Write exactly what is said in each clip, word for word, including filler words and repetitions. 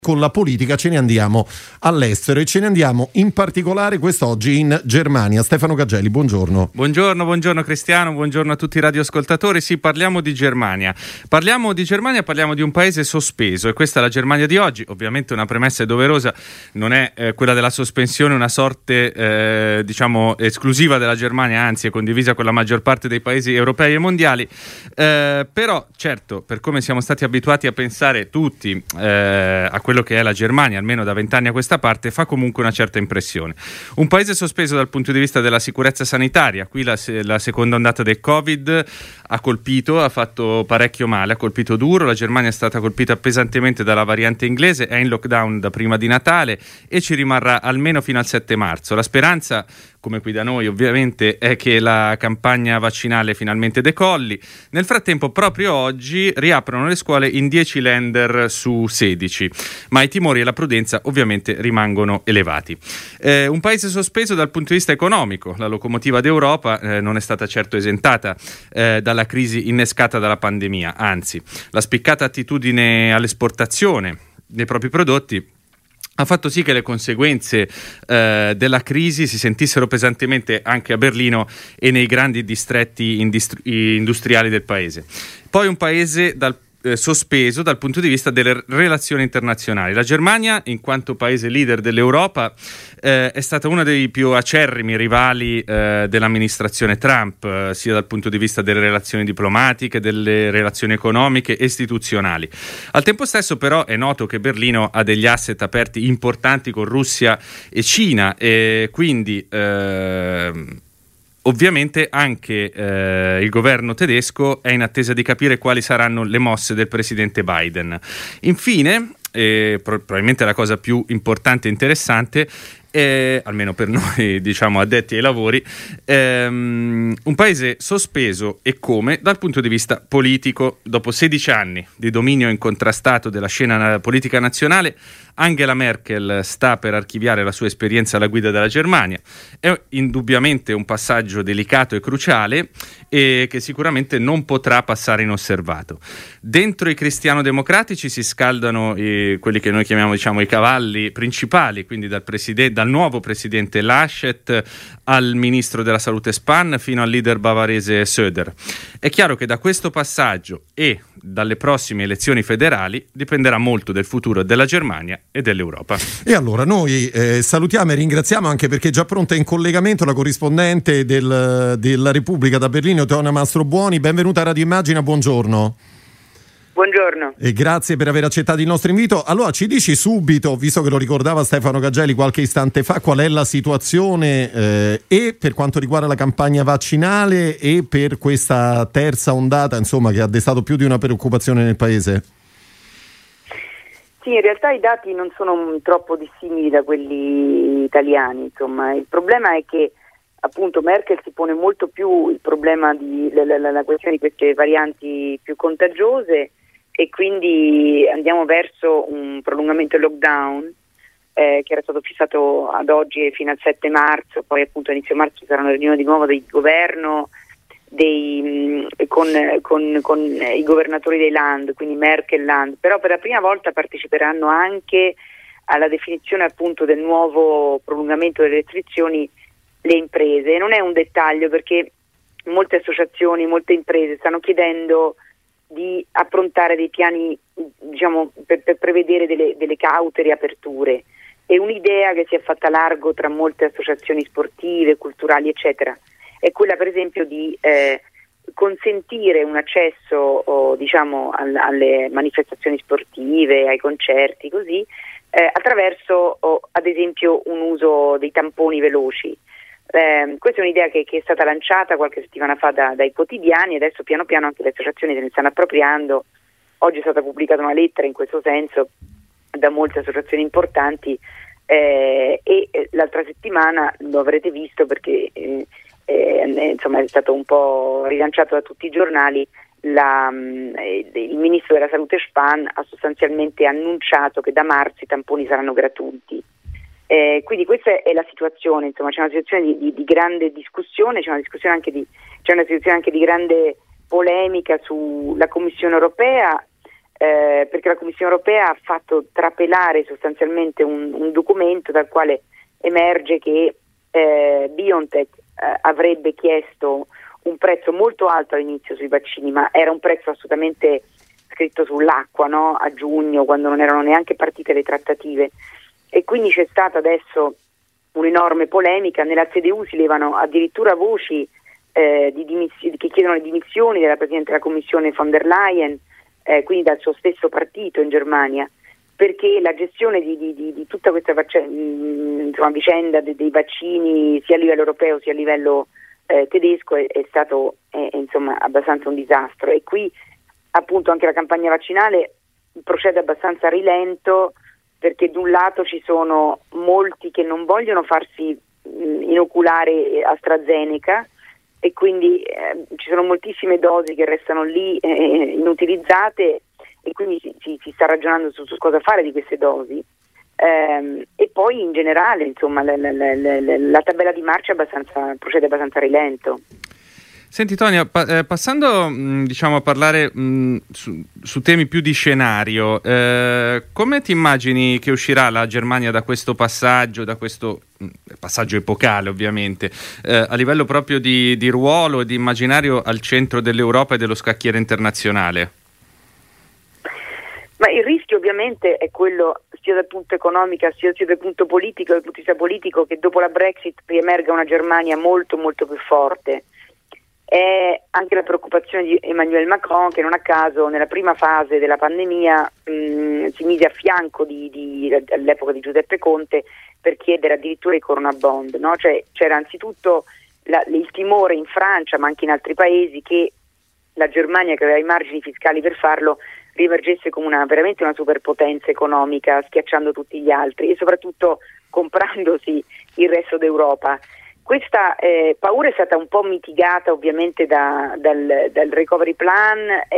Con la politica ce ne andiamo all'estero e ce ne andiamo in particolare quest'oggi in Germania. Stefano Gagelli, buongiorno. Buongiorno, buongiorno Cristiano, buongiorno a tutti i radioascoltatori. Sì, parliamo di Germania. Parliamo di Germania, parliamo di un paese sospeso e questa è la Germania di oggi. Ovviamente una premessa è doverosa, non è eh, quella della sospensione una sorte eh, diciamo esclusiva della Germania, anzi è condivisa con la maggior parte dei paesi europei e mondiali. Eh, però certo, per come siamo stati abituati a pensare tutti eh, a quello che è la Germania, almeno da vent'anni a questa parte, fa comunque una certa impressione. Un paese sospeso dal punto di vista della sicurezza sanitaria. Qui la, la seconda ondata del Covid ha colpito, ha fatto parecchio male, ha colpito duro. La Germania è stata colpita pesantemente dalla variante inglese, è in lockdown da prima di Natale e ci rimarrà almeno fino al sette marzo. La speranza, come qui da noi ovviamente, è che la campagna vaccinale finalmente decolli. Nel frattempo, proprio oggi riaprono le scuole in dieci länder su sedici, ma i timori e la prudenza ovviamente rimangono elevati. Eh, un paese sospeso dal punto di vista economico. La locomotiva d'Europa eh, non è stata certo esentata eh, dalla crisi innescata dalla pandemia, anzi, la spiccata attitudine all'esportazione dei propri prodotti ha fatto sì che le conseguenze eh, della crisi si sentissero pesantemente anche a Berlino e nei grandi distretti industri- industriali del paese. Poi un paese dal eh, sospeso dal punto di vista delle relazioni internazionali. La Germania, in quanto paese leader dell'Europa, eh, è stata uno dei più acerrimi rivali eh, dell'amministrazione Trump, eh, sia dal punto di vista delle relazioni diplomatiche, delle relazioni economiche e istituzionali. Al tempo stesso però è noto che Berlino ha degli asset aperti importanti con Russia e Cina e quindi eh, ovviamente anche eh, il governo tedesco è in attesa di capire quali saranno le mosse del presidente Biden. Infine, eh, pro- probabilmente la cosa più importante e interessante, Eh, almeno per noi diciamo addetti ai lavori, ehm, un paese sospeso e come dal punto di vista politico. Dopo sedici anni di dominio incontrastato della scena politica nazionale, Angela Merkel sta per archiviare la sua esperienza alla guida della Germania. È indubbiamente un passaggio delicato e cruciale e che sicuramente non potrà passare inosservato. Dentro i cristiano-democratici si scaldano i, quelli che noi chiamiamo diciamo i cavalli principali, quindi dal presidente dal nuovo presidente Laschet al ministro della salute Spahn fino al leader bavarese Söder. È chiaro che da questo passaggio e dalle prossime elezioni federali dipenderà molto del futuro della Germania e dell'Europa. E allora noi eh, salutiamo e ringraziamo, anche perché è già pronta in collegamento la corrispondente del, della Repubblica da Berlino, Teona Mastrobuoni. Benvenuta a Radio Immagina, buongiorno. Buongiorno. E grazie per aver accettato il nostro invito. Allora ci dici subito, visto che lo ricordava Stefano Gagelli qualche istante fa, qual è la situazione eh, e per quanto riguarda la campagna vaccinale e per questa terza ondata, insomma, che ha destato più di una preoccupazione nel paese? Sì, in realtà i dati non sono troppo dissimili da quelli italiani, insomma. Il problema è che appunto Merkel si pone molto più il problema di la, la, la questione di queste varianti più contagiose e quindi andiamo verso un prolungamento del lockdown eh, che era stato fissato ad oggi fino al sette marzo, poi appunto a inizio marzo ci sarà una riunione di nuovo del governo dei, mh, con, con, con i governatori dei Land, quindi Merkel Land, però per la prima volta parteciperanno anche alla definizione appunto del nuovo prolungamento delle restrizioni le imprese. Non è un dettaglio perché molte associazioni, molte imprese stanno chiedendo di approntare dei piani, diciamo, per, per prevedere delle, delle caute riaperture. È un'idea che si è fatta largo tra molte associazioni sportive, culturali, eccetera. È quella, per esempio, di eh, consentire un accesso, oh, diciamo, al, alle manifestazioni sportive, ai concerti, così, eh, attraverso, oh, ad esempio, un uso dei tamponi veloci. Eh, questa è un'idea che, che è stata lanciata qualche settimana fa da, dai quotidiani e adesso piano piano anche le associazioni se ne stanno appropriando. Oggi è stata pubblicata una lettera in questo senso da molte associazioni importanti eh, e eh, l'altra settimana lo avrete visto perché eh, eh, insomma è stato un po' rilanciato da tutti i giornali. La, eh, il ministro della salute Spahn ha sostanzialmente annunciato che da marzo i tamponi saranno gratuiti. Eh, quindi questa è la situazione, insomma c'è una situazione di, di, di grande discussione, c'è una discussione anche di c'è una situazione anche di grande polemica sulla Commissione europea eh, perché la Commissione europea ha fatto trapelare sostanzialmente un, un documento dal quale emerge che eh, BioNTech eh, avrebbe chiesto un prezzo molto alto all'inizio sui vaccini, ma era un prezzo assolutamente scritto sull'acqua, no? A giugno, quando non erano neanche partite le trattative, e quindi c'è stata adesso un'enorme polemica. Nella C D U si levano addirittura voci eh, di dimissi- che chiedono le dimissioni della Presidente della Commissione von der Leyen, eh, quindi dal suo stesso partito in Germania, perché la gestione di, di, di, di tutta questa vac- insomma, vicenda dei, dei vaccini sia a livello europeo sia a livello eh, tedesco è, è stato è, insomma abbastanza un disastro, e qui appunto anche la campagna vaccinale procede abbastanza a rilento, perché da un lato ci sono molti che non vogliono farsi mh, inoculare AstraZeneca, e quindi eh, ci sono moltissime dosi che restano lì eh, inutilizzate, e quindi si, si, si sta ragionando su, su cosa fare di queste dosi, ehm, e poi in generale insomma la, la, la, la, la tabella di marcia è abbastanza, procede abbastanza a rilento. Senti Tonia, pa- eh, passando mh, diciamo a parlare mh, su, su temi più di scenario, eh, come ti immagini che uscirà la Germania da questo passaggio, da questo mh, passaggio epocale ovviamente, eh, a livello proprio di, di ruolo e di immaginario al centro dell'Europa e dello scacchiere internazionale? Ma il rischio ovviamente è quello sia dal punto economico sia dal punto politico, dal punto di vista politico, che dopo la Brexit riemerga una Germania molto molto più forte. È anche la preoccupazione di Emmanuel Macron, che non a caso nella prima fase della pandemia mh, si mise a fianco di, di, all'epoca di Giuseppe Conte per chiedere addirittura i Corona Bond, no? Cioè, c'era anzitutto la, il timore in Francia, ma anche in altri paesi, che la Germania, che aveva i margini fiscali per farlo, riemergesse come una, veramente una superpotenza economica, schiacciando tutti gli altri e soprattutto comprandosi il resto d'Europa. Questa eh, paura è stata un po' mitigata ovviamente da, dal, dal recovery plan,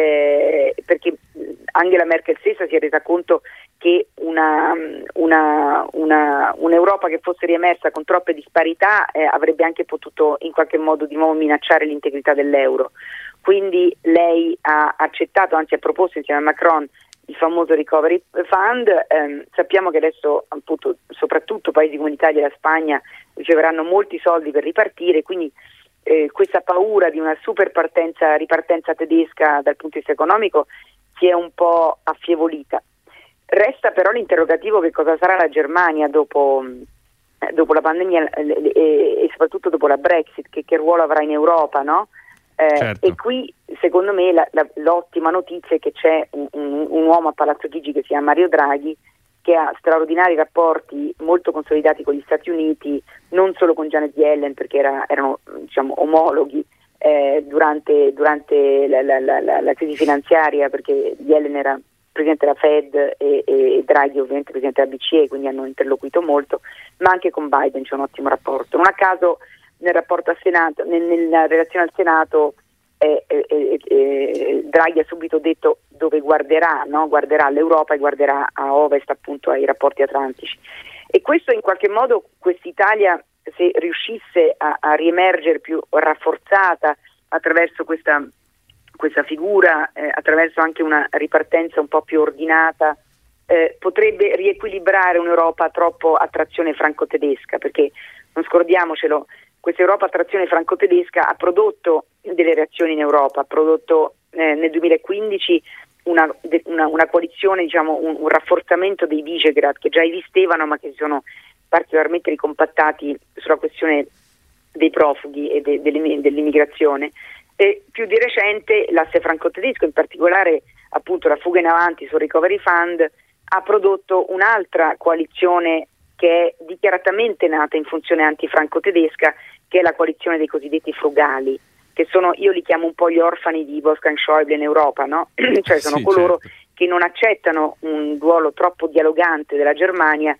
eh, perché Angela Merkel stessa si è resa conto che una, una, una, un'Europa che fosse riemersa con troppe disparità eh, avrebbe anche potuto in qualche modo di nuovo minacciare l'integrità dell'euro. Quindi lei ha accettato, anzi ha proposto insieme a Macron il famoso recovery fund. Eh, sappiamo che adesso appunto soprattutto paesi come l'Italia e la Spagna riceveranno molti soldi per ripartire, quindi eh, questa paura di una super partenza, ripartenza tedesca dal punto di vista economico si è un po' affievolita. Resta però l'interrogativo: che cosa sarà la Germania dopo, eh, dopo la pandemia e, e, e soprattutto dopo la Brexit, che, che ruolo avrà in Europa, no? Eh, certo. E qui secondo me la, la, l'ottima notizia è che c'è un, un, un uomo a Palazzo Chigi che si chiama Mario Draghi, che ha straordinari rapporti molto consolidati con gli Stati Uniti, non solo con Janet Yellen, perché era, erano diciamo omologhi eh, durante, durante la, la, la, la, la crisi finanziaria, perché Yellen era presidente della Fed e, e Draghi ovviamente presidente della B C E, quindi hanno interloquito molto, ma anche con Biden c'è un ottimo rapporto. Non a caso nel rapporto al Senato, nel, nella relazione al Senato, eh, eh, eh, Draghi ha subito detto dove guarderà, no? Guarderà all'Europa e guarderà a ovest, appunto ai rapporti atlantici. E questo in qualche modo, quest'Italia, se riuscisse a, a riemergere più rafforzata attraverso questa, questa figura, eh, attraverso anche una ripartenza un po' più ordinata, eh, potrebbe riequilibrare un'Europa troppo a trazione franco-tedesca, perché non scordiamocelo, questa Europa a trazione franco-tedesca ha prodotto delle reazioni in Europa, ha prodotto eh, nel duemilaquindici una, una, una coalizione, diciamo un, un rafforzamento dei Visegrad che già esistevano ma che si sono particolarmente ricompattati sulla questione dei profughi e de, de, dell'immigrazione, e più di recente l'asse franco-tedesco, in particolare appunto la fuga in avanti sul Recovery Fund, ha prodotto un'altra coalizione che è dichiaratamente nata in funzione antifranco-tedesca, che è la coalizione dei cosiddetti frugali, che sono, io li chiamo un po' gli orfani di Wolfgang Schäuble in Europa, no? Cioè sono sì, coloro certo. che non accettano un ruolo troppo dialogante della Germania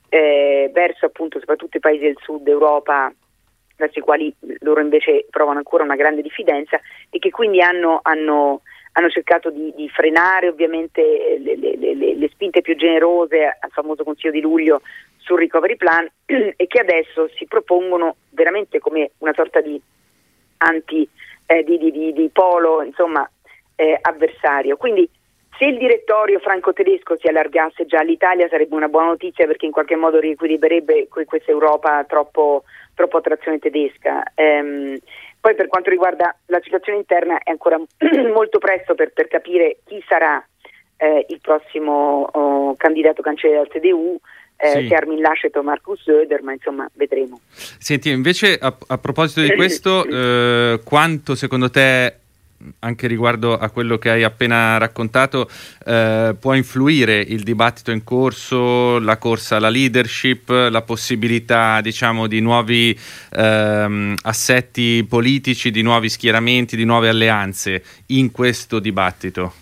eh, verso appunto soprattutto i paesi del sud Europa, verso i quali loro invece provano ancora una grande diffidenza, e che quindi hanno, hanno, hanno cercato di, di frenare ovviamente le, le, le, le spinte più generose al famoso Consiglio di luglio sul Recovery Plan, e che adesso si propongono veramente come una sorta di anti eh, di, di, di, di polo insomma eh, avversario. Quindi Se il direttorio franco-tedesco si allargasse già all'Italia sarebbe una buona notizia, perché in qualche modo riequilibrerebbe questa Europa troppo, troppo a trazione tedesca. Ehm, poi per quanto riguarda la situazione interna è ancora molto presto per, per capire chi sarà eh, il prossimo oh, candidato cancelliere del C D U, eh, sì. se Armin Laschet o Markus Söder, ma insomma vedremo. Senti, invece a, a proposito di questo, eh, quanto secondo te, anche riguardo a quello che hai appena raccontato, eh, può influire il dibattito in corso, la corsa alla leadership, la possibilità, diciamo, di nuovi ehm, assetti politici, di nuovi schieramenti, di nuove alleanze in questo dibattito?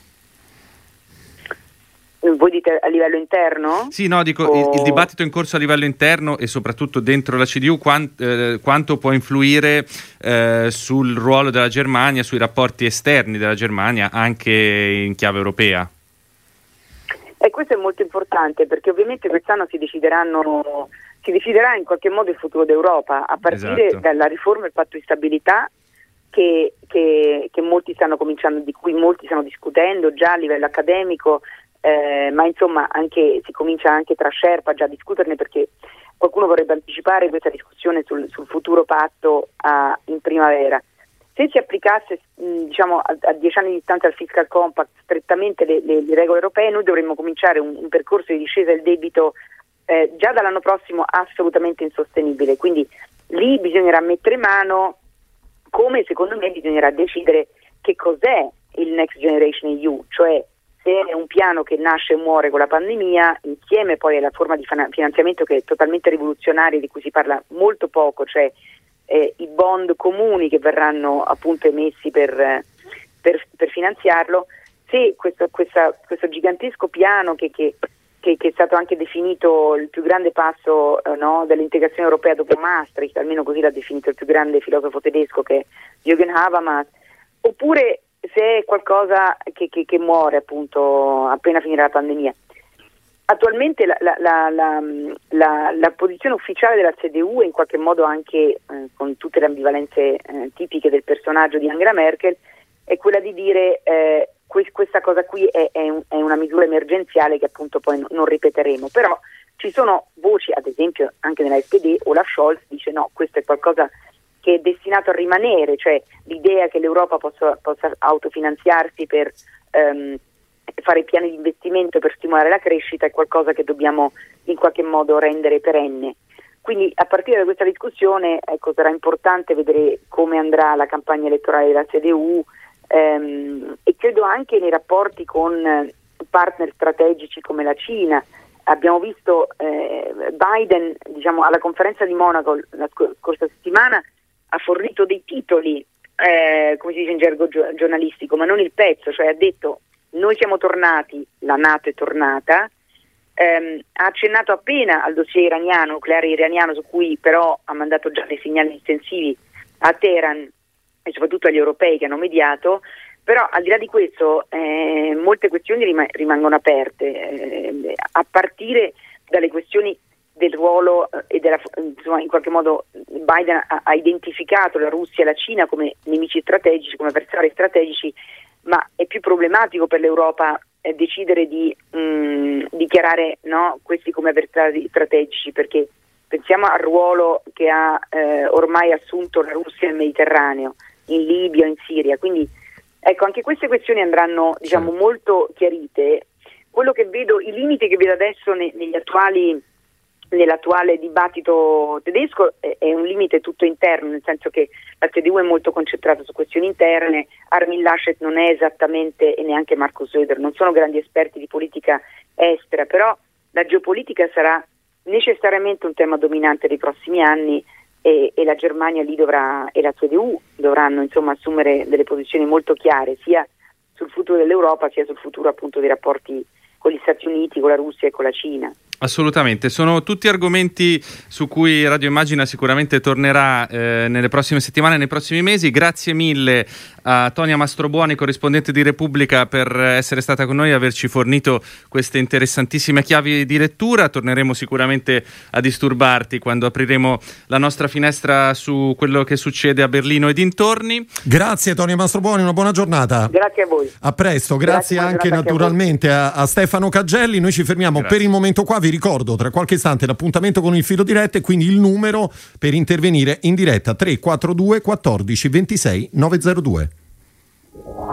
Voi dite a livello interno? Sì, no, dico o... il, il dibattito in corso a livello interno e soprattutto dentro la C D U, quant, eh, quanto può influire eh, sul ruolo della Germania, sui rapporti esterni della Germania, anche in chiave europea? E questo è molto importante, perché ovviamente quest'anno si decideranno, si deciderà in qualche modo il futuro d'Europa, a partire esatto. dalla riforma del patto di stabilità che, che, che molti stanno cominciando, di cui molti stanno discutendo già a livello accademico. Eh, ma insomma anche si comincia anche tra Sherpa già a discuterne, perché qualcuno vorrebbe anticipare questa discussione sul, sul futuro patto a, in primavera. Se si applicasse mh, diciamo a, a dieci anni di distanza al fiscal compact strettamente le, le, le regole europee, noi dovremmo cominciare un, un percorso di discesa del debito eh, già dall'anno prossimo assolutamente insostenibile, quindi lì bisognerà mettere mano, come secondo me bisognerà decidere che cos'è il Next Generation E U, cioè se è un piano che nasce e muore con la pandemia, insieme poi alla forma di finanziamento che è totalmente rivoluzionaria, di cui si parla molto poco, cioè eh, i bond comuni che verranno appunto emessi per, per, per finanziarlo. Se questo, questa, questo gigantesco piano che, che, che, che è stato anche definito il più grande passo eh, no, dell'integrazione europea dopo Maastricht, almeno così l'ha definito il più grande filosofo tedesco, che è Jürgen Habermas, oppure se è qualcosa che, che, che muore appunto appena finirà la pandemia. Attualmente la, la, la, la, la, la posizione ufficiale della C D U, e in qualche modo anche eh, con tutte le ambivalenze eh, tipiche del personaggio di Angela Merkel, è quella di dire eh, que- questa cosa qui è, è, un, è una misura emergenziale che appunto poi no, non ripeteremo, però ci sono voci, ad esempio anche nella S P D, Olaf Scholz dice no, questo è qualcosa che è destinato a rimanere, cioè l'idea che l'Europa possa, possa autofinanziarsi per ehm, fare piani di investimento per stimolare la crescita è qualcosa che dobbiamo in qualche modo rendere perenne. Quindi a partire da questa discussione ecco, sarà importante vedere come andrà la campagna elettorale della C D U ehm, e credo anche nei rapporti con partner strategici come la Cina. Abbiamo visto eh, Biden, diciamo, alla conferenza di Monaco la sc- scorsa settimana ha fornito dei titoli, eh, come si dice in gergo gio- giornalistico, ma non il pezzo, cioè ha detto noi siamo tornati, la NATO è tornata, ehm, ha accennato appena al dossier iraniano, nucleare iraniano, su cui però ha mandato già dei segnali distensivi a Teheran e soprattutto agli europei che hanno mediato, però al di là di questo eh, molte questioni rim- rimangono aperte, eh, a partire dalle questioni del ruolo eh, e della, insomma, in qualche modo Biden ha, ha identificato la Russia e la Cina come nemici strategici, come avversari strategici, ma è più problematico per l'Europa eh, decidere di mh, dichiarare no, questi come avversari strategici, perché pensiamo al ruolo che ha eh, ormai assunto la Russia nel Mediterraneo, in Libia, in Siria, quindi ecco anche queste questioni andranno diciamo molto chiarite. Quello che vedo, i limiti che vedo adesso ne, negli attuali nell'attuale dibattito tedesco è, è un limite tutto interno, nel senso che la C D U è molto concentrata su questioni interne, Armin Laschet non è esattamente, e neanche Markus Söder, non sono grandi esperti di politica estera, però la geopolitica sarà necessariamente un tema dominante dei prossimi anni e, e la Germania lì dovrà, e la C D U dovranno insomma assumere delle posizioni molto chiare, sia sul futuro dell'Europa sia sul futuro appunto dei rapporti con gli Stati Uniti, con la Russia e con la Cina. Assolutamente, sono tutti argomenti su cui Radio Immagina sicuramente tornerà eh, nelle prossime settimane, nei prossimi mesi. Grazie mille a Tonia Mastrobuoni, corrispondente di Repubblica, per essere stata con noi e averci fornito queste interessantissime chiavi di lettura. Torneremo sicuramente a disturbarti quando apriremo la nostra finestra su quello che succede a Berlino e dintorni. Grazie Tonia Mastrobuoni, una buona giornata. Grazie a voi. A presto, grazie, grazie anche naturalmente a, a Stefano Cagelli. Noi ci fermiamo grazie. per il momento qua. Vi ricordo tra qualche istante l'appuntamento con il filo diretto e quindi il numero per intervenire in diretta tre quattro due quattordici ventisei novecentodue.